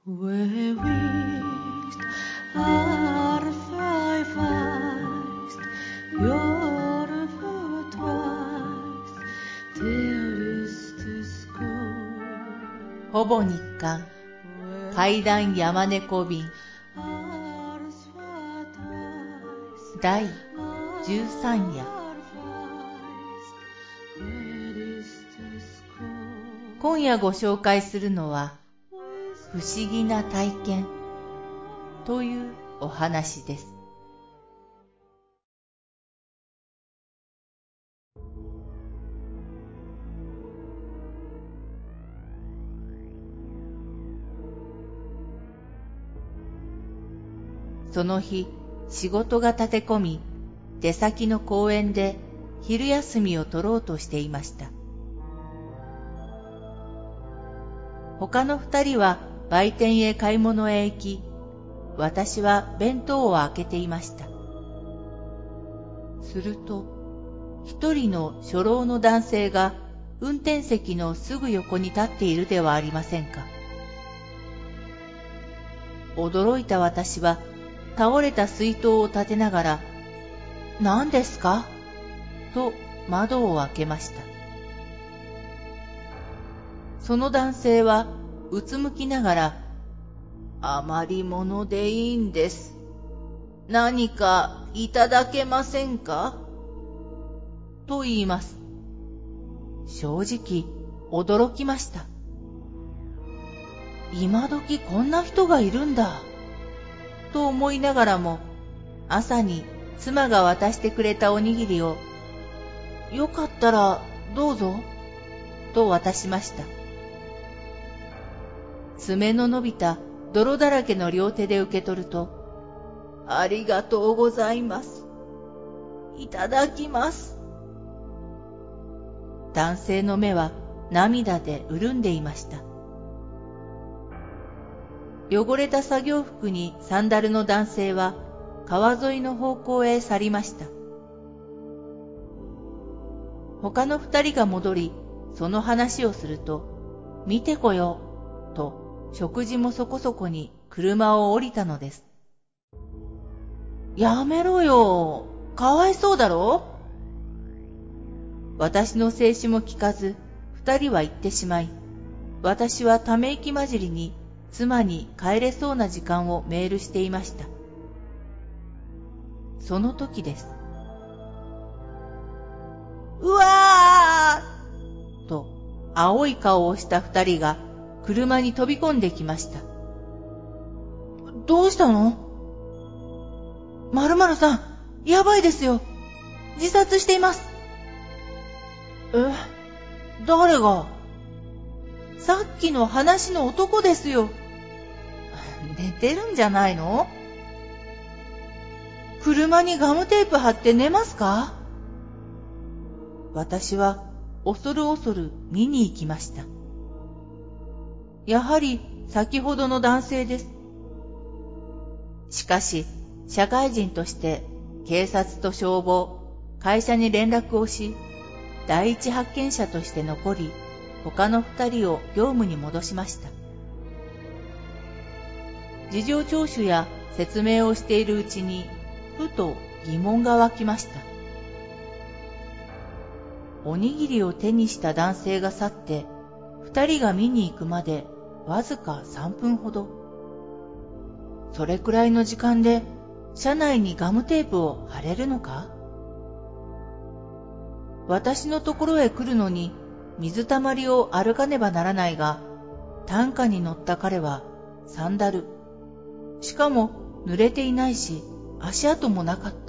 Where wished are five eyes, your twice, there is the school. ほぼ日刊怪談山猫便第13夜。今夜ご紹介するのは不思議な体験というお話です。その日、仕事が立て込み、出先の公園で昼休みを取ろうとしていました。他の2人は売店へ買い物へ行き、私は弁当を開けていました。すると、一人の初老の男性が運転席のすぐ横に立っているではありませんか。驚いた私は、倒れた水筒を立てながら、何ですかと窓を開けました。その男性はうつむきながら、余り物でいいんです。何かいただけませんかと言います。正直驚きました。今時こんな人がいるんだ。と思いながらも、朝に妻が渡してくれたおにぎりを、よかったらどうぞ、と渡しました。爪の伸びた泥だらけの両手で受け取ると、ありがとうございます。いただきます。男性の目は涙で潤んでいました。汚れた作業服にサンダルの男性は川沿いの方向へ去りました。他の2人が戻り、その話をすると、見てこよう、と食事もそこそこに車を降りたのです。やめろよ、かわいそうだろ。私の制止も聞かず、2人は行ってしまい、私はため息混じりに妻に帰れそうな時間をメールしていました。その時です。うわーと青い顔をした2人が車に飛び込んできました。どうしたの？〇〇さん、やばいですよ。自殺しています。誰が？さっきの話の男ですよ。寝てるんじゃないの？車にガムテープ貼って寝ますか？私は恐る恐る見に行きました。やはり先ほどの男性です。しかし、社会人として警察と消防、会社に連絡をし、第一発見者として残り、他の2人を業務に戻しました。事情聴取や説明をしているうちに、ふと疑問が湧きました。おにぎりを手にした男性が去って、2人が見に行くまでわずか3分ほど。それくらいの時間で車内にガムテープを貼れるのか？私のところへ来るのに水たまりを歩かねばならないが、担架に乗った彼はサンダル、しかも濡れていないし足跡もなかった。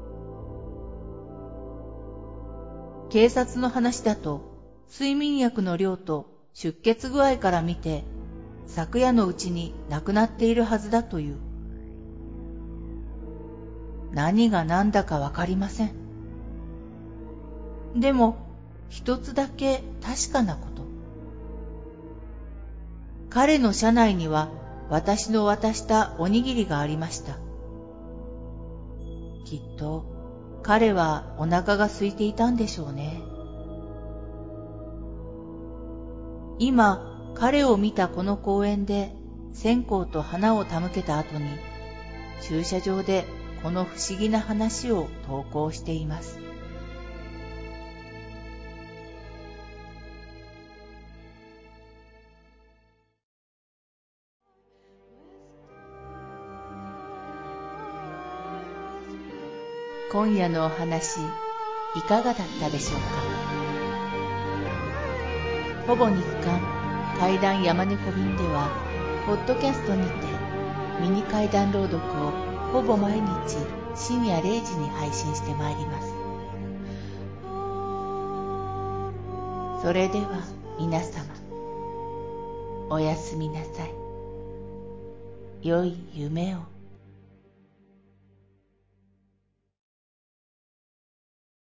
警察の話だと、睡眠薬の量と出血具合から見て、昨夜のうちに亡くなっているはずだという。何が何だかわかりません。でも、一つだけ確かなこと。彼の車内には私の渡したおにぎりがありました。きっと彼はお腹が空いていたんでしょうね。今、彼を見たこの公園で線香と花を手向けた後に、駐車場でこの不思議な話を投稿しています。今夜のお話、いかがだったでしょうか。ほぼ日刊怪談山猫便では、ポッドキャストにてミニ怪談朗読をほぼ毎日深夜0時に配信してまいります。それでは皆様、おやすみなさい。良い夢を。